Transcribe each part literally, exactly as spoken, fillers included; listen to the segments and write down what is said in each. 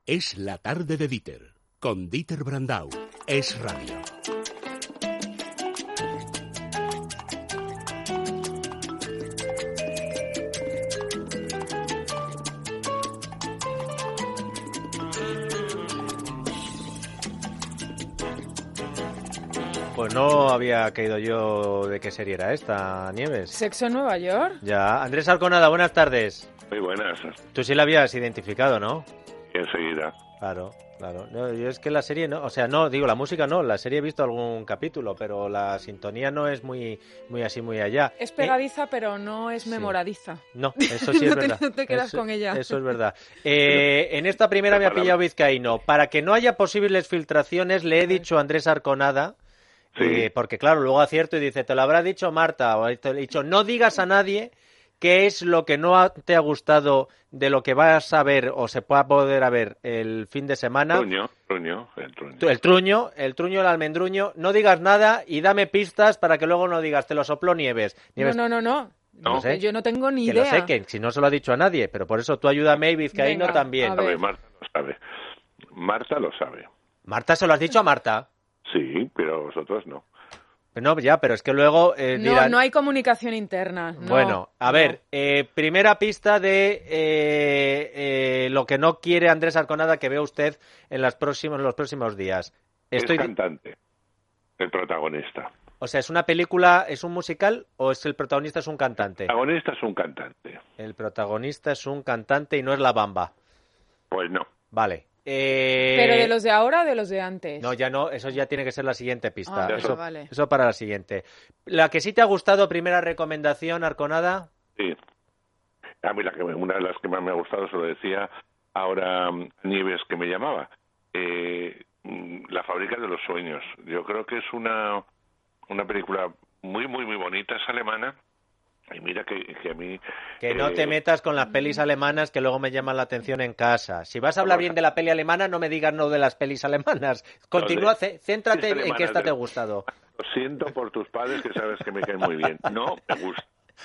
Es la tarde de Dieter, con Dieter Brandau. Es radio. Pues no había caído yo de qué serie era esta, Nieves. ¿Sexo en Nueva York? Ya. Andrés Arconada, buenas tardes. Muy buenas. Tú sí la habías identificado, ¿no? Enseguida. Claro, claro. No, yo es que la serie no, o sea, no, digo, la música no, la serie he visto algún capítulo, pero la sintonía no es muy muy así, muy allá. Es pegadiza, eh, pero no es memoradiza. Sí. No, eso sí es no verdad. Te, no te quedas eso, con ella. Eso es verdad. Eh, en esta primera me ha pillado vizcaíno. Para que no haya posibles filtraciones, le he dicho a Andrés Arconada, sí. eh, porque claro, luego acierto y dice, te lo habrá dicho Marta, o te lo he dicho, no digas a nadie qué es lo que no te ha gustado de lo que vas a ver o se pueda poder ver el fin de semana. Truño, truño, el truño. El truño, el truño, el almendruño. No digas nada y dame pistas para que luego no digas, te lo sopló Nieves. Nieves No, no, no, no. No, no sé. Yo no tengo ni que idea. Lo sé, que si no se lo ha dicho a nadie, pero por eso tú ayúdame y vizcaíno Venga, también. a ver. A ver, Marta lo sabe. Marta lo sabe. Marta, ¿se lo has dicho a Marta? Sí, pero vosotros no. No, ya, pero es que luego eh, No, dirán... no hay comunicación interna. No, bueno, a no. ver, eh, primera pista de eh, eh, lo que no quiere Andrés Arconada que vea usted en, las próximos, en los próximos días. Estoy... Es cantante, el protagonista. O sea, ¿es una película, es un musical o es el protagonista es un cantante? El protagonista es un cantante. El protagonista es un cantante y no es La Bamba. Pues no. Vale. Eh... ¿Pero de los de ahora o de los de antes? No, ya no, eso ya tiene que ser la siguiente pista. Ah, eso, vale. eso para la siguiente. La que sí te ha gustado, primera recomendación, Arconada. Sí. A mí la que, una de las que más me ha gustado, se lo decía ahora Nieves que me llamaba. Eh, La fábrica de los sueños. Yo creo que es una, una película muy, muy, muy bonita, es alemana. Y mira que, que a mí... Que no eh, te metas con las pelis alemanas que luego me llaman la atención en casa. Si vas a hablar bien de la peli alemana, no me digas no de las pelis alemanas. Continúa, de, céntrate es en que esta de, te ha gustado. Lo siento por tus padres, que sabes que me caen muy bien. No me gusta.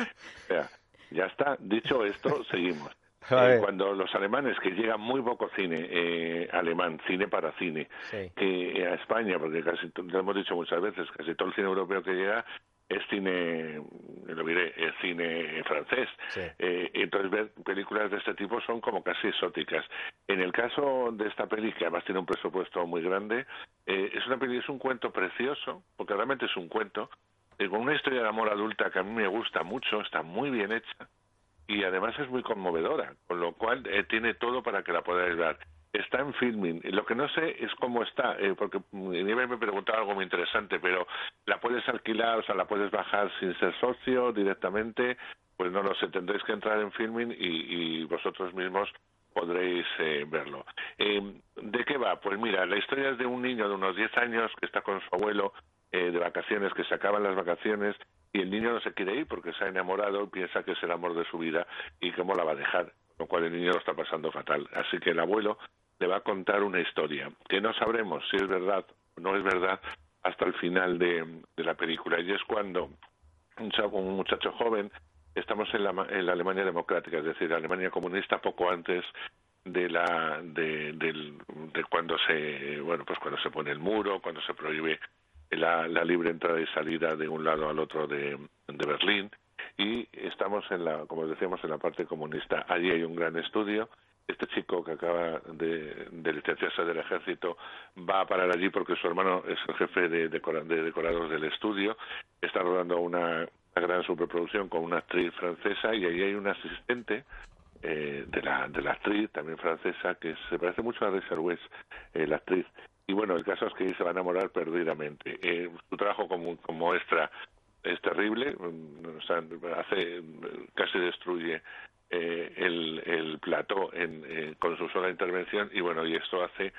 O sea, ya está. Dicho esto, seguimos. Eh, cuando los alemanes, que llega muy poco cine eh, alemán, cine para cine, sí. que a España, porque casi lo hemos dicho muchas veces, casi todo el cine europeo que llega es cine, lo diré, es cine francés. Sí. Eh, entonces ver películas de este tipo son como casi exóticas. En el caso de esta peli, que además tiene un presupuesto muy grande, eh, es una peli, es un cuento precioso, porque realmente es un cuento, eh, con una historia de amor adulta que a mí me gusta mucho, está muy bien hecha, y además es muy conmovedora, con lo cual eh, tiene todo para que la podáis ver. Está en Filmin. Lo que no sé es cómo está, eh, porque Nieves me preguntaba algo muy interesante, pero ¿la puedes alquilar, o sea, la puedes bajar sin ser socio directamente? Pues no lo sé, tendréis que entrar en Filmin y, y vosotros mismos podréis eh, verlo. Eh, ¿De qué va? Pues mira, la historia es de un niño de unos diez años que está con su abuelo eh, de vacaciones, que se acaban las vacaciones y el niño no se quiere ir porque se ha enamorado y piensa que es el amor de su vida y cómo la va a dejar, con lo cual el niño lo está pasando fatal. Así que el abuelo le va a contar una historia que no sabremos si es verdad o no es verdad hasta el final de, de la película. Y es cuando un, chavo, un muchacho joven, estamos en la, en la Alemania democrática, es decir, la Alemania comunista, poco antes de la de, de, de cuando se bueno pues cuando se pone el muro, cuando se prohíbe la, la libre entrada y salida de un lado al otro de, de Berlín, y estamos en la, como decíamos, en la parte comunista. Allí hay un gran estudio. Este chico que acaba de, de licenciarse del ejército va a parar allí porque su hermano es el jefe de, decora, de decorados del estudio. Está rodando una, una gran superproducción con una actriz francesa y allí hay un asistente eh, de la de la actriz, también francesa, que se parece mucho a Rachel Weisz, eh, la actriz. Y bueno, el caso es que se va a enamorar perdidamente. Eh, su trabajo como, como extra es terrible, o sea, hace, casi destruye eh, el, el plató en, eh, con su sola intervención, y bueno, y esto hace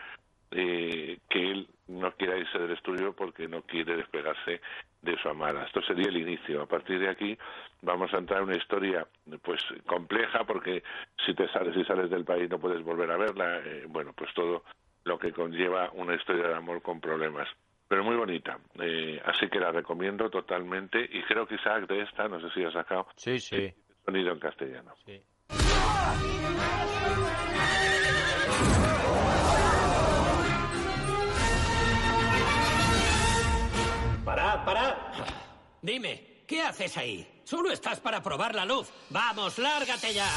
eh, que él no quiera irse del estudio porque no quiere despegarse de su amada. Esto sería el inicio. A partir de aquí vamos a entrar en una historia pues compleja, porque si te sales y sales del país no puedes volver a verla, eh, bueno, pues todo lo que conlleva una historia de amor con problemas, pero muy bonita, eh, así que la recomiendo totalmente, y creo que Isaac de esta, no sé si ha sacado sí, sí. sonido en castellano. Sí. Dime, ¿qué haces ahí? Solo estás para probar la luz. ¡Vamos, lárgate ya!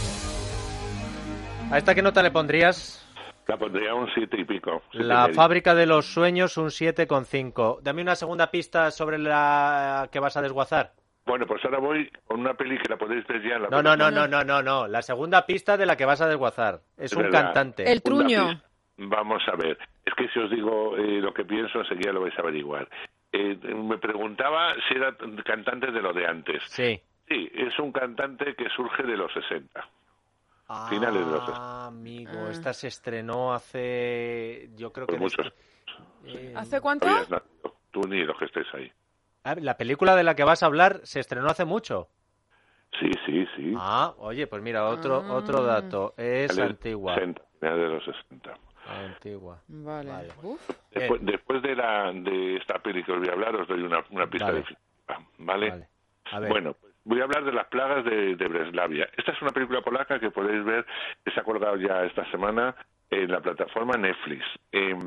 ¿A esta qué nota le pondrías? La pondría un siete y pico. siete La y medio. fábrica de los sueños, un siete coma cinco. Dame una segunda pista sobre la que vas a desguazar. Bueno, pues ahora voy con una peli que la podéis ver ya en la No, no, no, no, no, no, no. La segunda pista de la que vas a desguazar. Es, Es un verdad. cantante. El truño. Una pista. Vamos a ver. Es que si os digo eh, lo que pienso, enseguida lo vais a averiguar. Eh, me preguntaba si era cantante de lo de antes. Sí. Sí, es un cantante que surge de los sesenta. Finales de los sesenta. Ah, amigo, Ah. esta se estrenó hace... Yo creo que... Pues muchos. eh, ¿Hace cuánto? Habías nacido. Tú ni los que estés ahí. ah, La película de la que vas a hablar se estrenó hace mucho. Sí, sí, sí. Ah, oye, pues mira, otro, Ah. otro dato. Es Finales antigua. sesenta, finales de los sesenta. Antigua. Vale. Vale. Uf. Después, después de, la, de esta peli que os voy a hablar, os doy una, una pista Vale. definitiva. ¿Vale? Vale. A ver. Bueno, pues voy a hablar de las plagas de, de Breslavia. Esta es una película polaca que podéis ver, que se ha colgado ya esta semana en la plataforma Netflix. Eh,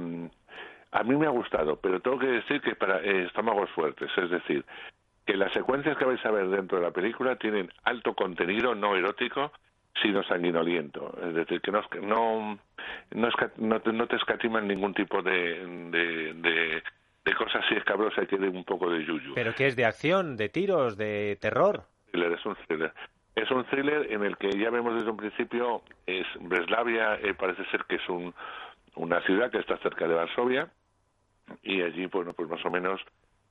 a mí me ha gustado, pero tengo que decir que para eh, estómagos fuertes, es decir, que las secuencias que vais a ver dentro de la película tienen alto contenido no erótico, sino sanguinoliento. Es decir, que no, no, no, esca- no, te, no te escatiman ningún tipo de, de, de, de cosas así escabrosas que den un poco de yuyu. ¿Pero qué es? ¿De acción? ¿De tiros? ¿De terror? Thriller, es un thriller. Es un thriller en el que ya vemos desde un principio, es Breslavia, eh, parece ser que es un, una ciudad que está cerca de Varsovia, y allí, bueno, pues más o menos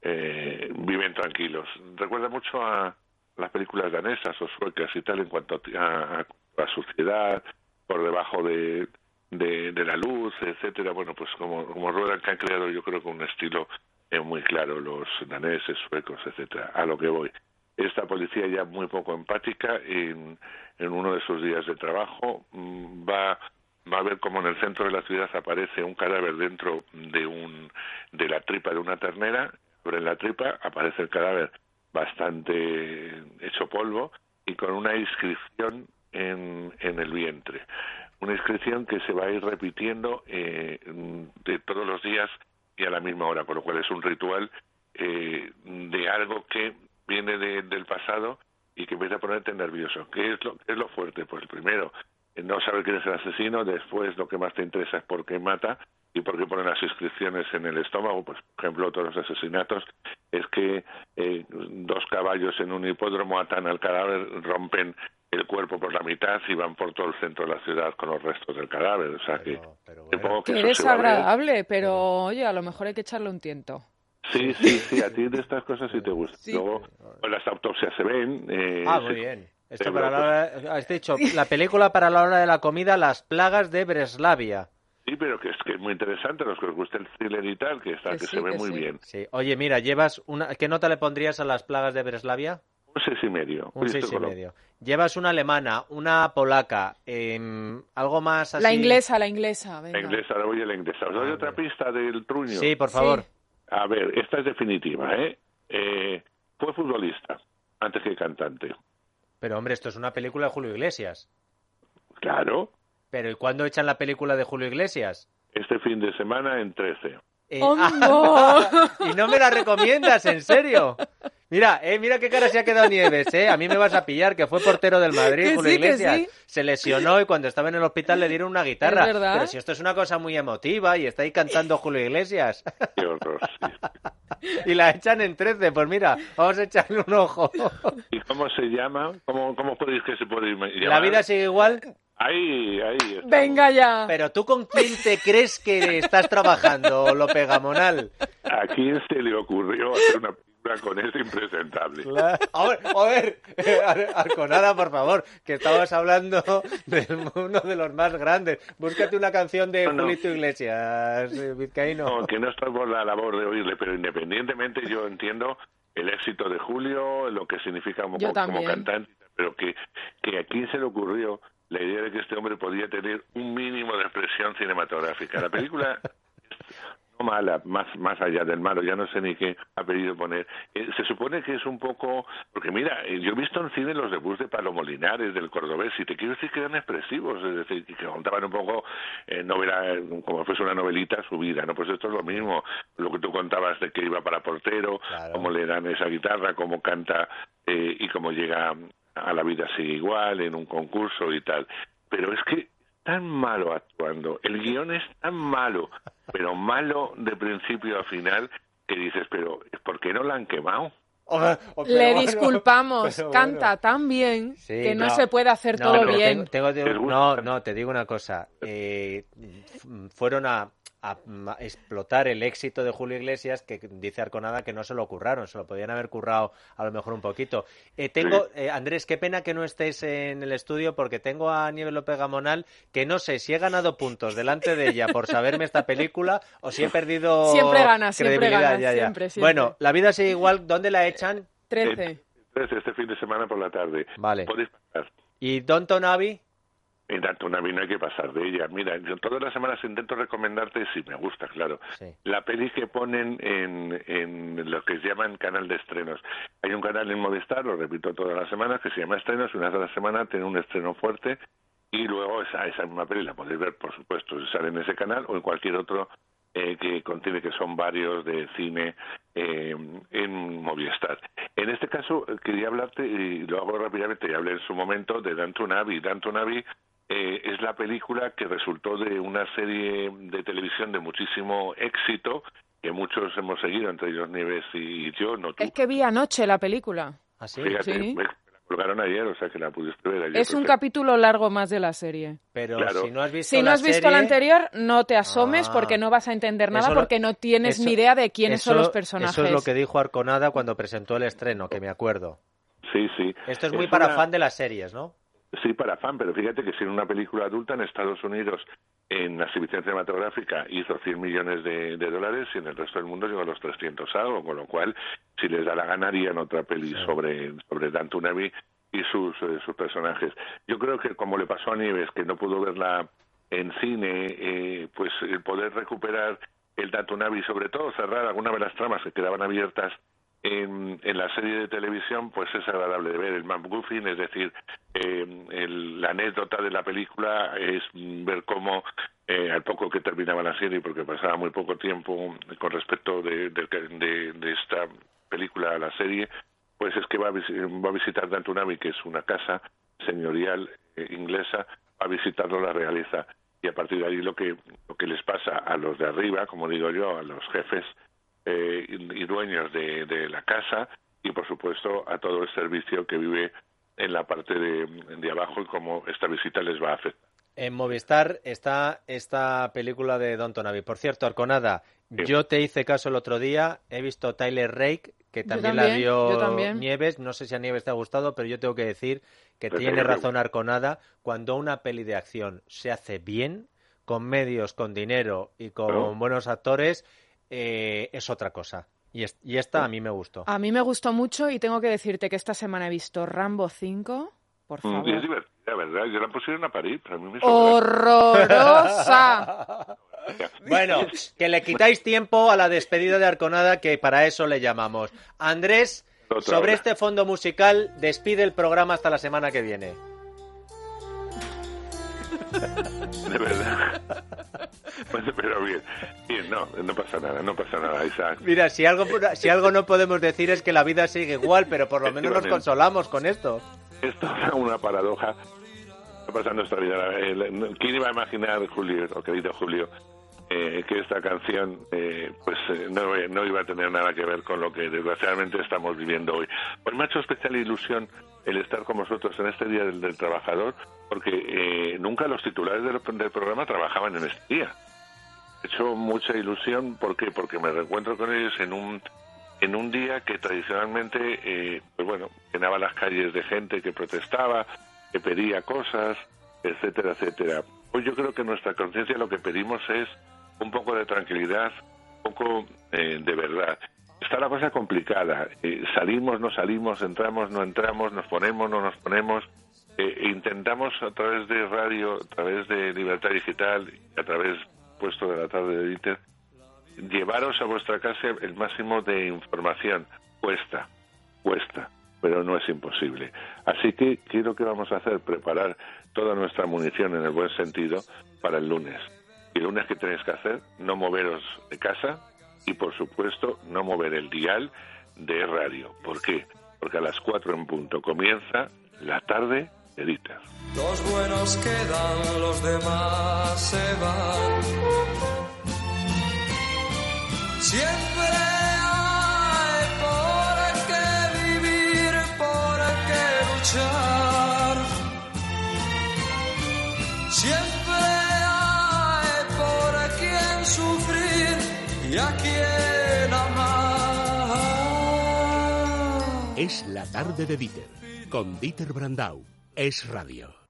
eh, viven tranquilos. Recuerda mucho a las películas danesas o suecas y tal en cuanto a, a, a suciedad, por debajo de, de, de la luz, etcétera. Bueno, pues como, como ruedan, que han creado yo creo que un estilo eh, muy claro, los daneses, suecos, etcétera. A lo que voy. Esta policía ya muy poco empática, en, en uno de sus días de trabajo, va, va a ver cómo en el centro de la ciudad aparece un cadáver dentro de un de la tripa de una ternera. Sobre la tripa aparece el cadáver bastante hecho polvo y con una inscripción en, en el vientre. Una inscripción que se va a ir repitiendo eh, de todos los días y a la misma hora, con lo cual es un ritual eh, de algo que viene de, del pasado y que empieza a ponerte nervioso. ¿Qué es lo, qué es lo fuerte? Pues primero, no saber quién es el asesino, después lo que más te interesa es por qué mata y por qué ponen las inscripciones en el estómago. Pues, por ejemplo, todos los asesinatos es que eh, dos caballos en un hipódromo atan al cadáver, rompen el cuerpo por la mitad y van por todo el centro de la ciudad con los restos del cadáver. O sea Pero- que, pero bueno. supongo que Que eso eres se va a ver. agradable, pero oye, a lo mejor hay que echarle un tiento. Sí, sí, sí, a ti de estas cosas sí te gusta. Sí. Luego, pues, las autopsias se ven. Eh, Ah, muy se- bien. Esto se- para la hora, has dicho, la película para la hora de la comida, Las plagas de Breslavia. Sí, pero que es que es muy interesante, los que os gusta el thriller y tal, que está, Que que sí, se ve que muy sí. bien. Sí. Oye, mira, llevas una... ¿Qué nota le pondrías a Las plagas de Breslavia? Un seis y medio. Un Hoy seis estoy y con lo- medio. Llevas una alemana, una polaca, em, algo más así... La inglesa, la inglesa. Venga. La inglesa, ahora voy a la inglesa. ¿Os doy Ah, otra mira. pista del truño? Sí, por favor. Sí. A ver, esta es definitiva, ¿eh? eh fue futbolista, antes que cantante. Pero hombre, esto es una película de Julio Iglesias. Claro, Pero ¿y cuándo echan la película de Julio Iglesias? este fin de semana en trece. Eh, ¡Hombo! y no me la recomiendas, en serio. Mira, eh, mira qué cara se ha quedado Nieves, eh. A mí me vas a pillar, que fue portero del Madrid, Que Julio sí, que Iglesias. sí. Se lesionó y cuando estaba en el hospital le dieron una guitarra. ¿Es verdad? Pero si esto es una cosa muy emotiva y está ahí cantando Julio Iglesias. Qué horror, sí. Y la echan en trece, pues mira, vamos a echarle un ojo. ¿Y cómo se llama? ¿Cómo, cómo podéis que se puede llamar? ¿La vida sigue igual? Ahí, ahí está. Venga ya. Pero tú con quién te crees que estás trabajando, Lope Gamonal. ¿A quién se le ocurrió hacer una película con ese impresentable? La- A ver, a ver, eh, Ar- Arconada, por favor, que estabas hablando de uno de los más grandes. Búscate una canción de No, no. Julito Iglesias, eh, vizcaíno. No, que no estoy por la labor de oírle, pero independientemente yo entiendo el éxito de Julio, lo que significa como, Yo como también. cantante, pero que, que a quién se le ocurrió la idea de que este hombre podía tener un mínimo de expresión cinematográfica. La película no mala, más más allá del malo, ya no sé ni qué ha pedido poner. Eh, se supone que es un poco, porque mira, eh, yo he visto en cine los debuts de Palomo Linares, del Cordobés, y te quiero decir que eran expresivos, es decir, que contaban un poco, eh, novela, como fuese una novelita, su vida, ¿no? Pues esto es lo mismo, lo que tú contabas de que iba para portero, Claro. cómo le dan esa guitarra, cómo canta eh, y cómo llega a la vida sigue igual en un concurso y tal. Pero es que tan malo actuando, el guión es tan malo, pero malo de principio a final, que dices, pero ¿por qué no la han quemado? O- o- pero Le bueno, disculpamos, pero canta bueno. tan bien Sí, que no, no. se puede hacer No, todo pero bien. tengo- tengo- ¿Les gusta? no, no, te digo una cosa. Eh, f- fueron a, a- a explotar el éxito de Julio Iglesias, que dice Arconada que no se lo curraron, se lo podían haber currado a lo mejor un poquito. Eh, tengo, eh, Andrés, qué pena que no estés en el estudio, porque tengo a Nieves López Gamonal, que no sé si he ganado puntos delante de ella por saberme esta película o si he perdido Siempre gana, siempre credibilidad. gana, Ya, ya. siempre, siempre. Bueno, La vida sigue igual, ¿dónde la echan? trece. Entonces, este fin de semana por la tarde. Vale. Podéis pasar. ¿Y Downton Abbey? En tanto una no hay que pasar de ella. Mira, yo todas las semanas intento recomendarte, si me gusta, claro, Sí. la peli que ponen en, en lo que se llaman canal de estrenos. Hay un canal en Movistar, lo repito todas las semanas, que se llama Estrenos, y una vez a la semana tiene un estreno fuerte, y luego esa, esa misma peli la podéis ver, por supuesto, si sale en ese canal o en cualquier otro eh, que contiene, que son varios de cine eh, en Movistar. En este caso, eh, quería hablarte, y lo hago rápidamente, ya hablé en su momento, de Downton Abbey. Downton Abbey eh, es la película que resultó de una serie de televisión de muchísimo éxito, que muchos hemos seguido, entre ellos Nieves y yo, no tú. Es que vi anoche la película. ¿Ah, sí? Fíjate, Sí. me la colgaron ayer, o sea que la pudiste ver ayer. Es un perfecto. capítulo largo más de la serie. Pero Claro. si no has visto Si no la has visto serie- la anterior, no te asomes Ah. porque no vas a entender nada Eso lo- porque no tienes eso- ni idea de quiénes son eso- los personajes. Eso es lo que dijo Arconada cuando presentó el estreno, que me acuerdo. Sí, sí. Esto es muy para una- fan de las series, ¿no? Sí, para fan, pero fíjate que si en una película adulta en Estados Unidos, en la exhibición cinematográfica, hizo cien millones de, de dólares y en el resto del mundo llegó a los trescientos algo, con lo cual, si les da la gana, harían otra peli sobre, sobre Downton Abbey y sus, eh, sus personajes. Yo creo que, como le pasó a Nieves, que no pudo verla en cine, eh, pues el poder recuperar el Downton Abbey, sobre todo cerrar algunas de las tramas que quedaban abiertas en, en la serie de televisión, pues es agradable de ver. El MacGuffin, es decir, eh, el- la anécdota de la película es mm, ver cómo, eh, al poco que terminaba la serie, porque pasaba muy poco tiempo con respecto de, de, de- de esta película a la serie, pues es que va a, vis- va a visitar Downton Abbey, que es una casa señorial eh, inglesa, va a visitarlo la realeza. Y a partir de ahí lo que, lo que les pasa a los de arriba, como digo yo, a los jefes, eh, y, y dueños de, de la casa, y por supuesto a todo el servicio que vive en la parte de, de abajo y cómo esta visita les va a afectar. En Movistar está esta película de Downton Abbey. Por cierto, Arconada, Sí. yo te hice caso el otro día, he visto Tyler Rake, que Yo también, la también, vio yo también. Nieves. No sé si a Nieves te ha gustado, pero yo tengo que decir que Pues tiene seguro. razón Arconada. Cuando una peli de acción se hace bien, con medios, con dinero y con Claro. buenos actores, eh, es otra cosa. Y, es- y esta a mí me gustó. A mí me gustó mucho y tengo que decirte que esta semana he visto Rambo cinco. Por Mm, Y es favor. divertida, ¿verdad? Yo la pusieron a parir, pero a mí me Oh. sobra. ¡Horrorosa! Bueno, que le quitáis tiempo a la despedida de Arconada, que para eso le llamamos. Andrés, Otra sobre hora. este fondo musical, despide el programa hasta la semana que viene. De verdad. Pues, pero bien, bien, no, no pasa nada, no pasa nada, Isaac. Mira, si algo, si algo no podemos decir es que la vida sigue igual, pero por lo menos nos Efectivamente. consolamos con esto. Esto es una paradoja. Está pasando esta vida. El- ¿Quién iba a imaginar, Julio, o querido Julio, eh, que esta canción eh, pues eh, no, no iba a tener nada que ver con lo que desgraciadamente estamos viviendo hoy? Pues me ha hecho especial ilusión el estar con vosotros en este Día del, del Trabajador, porque eh, nunca los titulares del, del programa trabajaban en este día. Me ha hecho mucha ilusión, ¿por qué? Porque me reencuentro con ellos en un en un día que tradicionalmente, eh, pues bueno, llenaba las calles de gente que protestaba, que pedía cosas, etcétera, etcétera. Hoy yo creo que nuestra conciencia lo que pedimos es un poco de tranquilidad, un poco eh, de verdad. Está la cosa complicada. Eh, salimos, no salimos, entramos, no entramos, nos ponemos, no nos ponemos. Eh, e intentamos a través de radio, a través de Libertad Digital, y a través puesto de la tarde de Dieter, llevaros a vuestra casa el máximo de información. Cuesta, cuesta, pero no es imposible. Así que, ¿qué es lo que vamos a hacer? Preparar toda nuestra munición en el buen sentido para el lunes. Y el lunes, ¿qué tenéis que hacer? No moveros de casa y, por supuesto, no mover el dial de radio. ¿Por qué? Porque a las cuatro en punto comienza La Tarde de Dieter. Los buenos quedan, los demás se van. Siempre hay por qué vivir, por qué luchar. Siempre hay por quien sufrir y a quien amar. Es La Tarde de Dieter, con Dieter Brandau. Es Radio.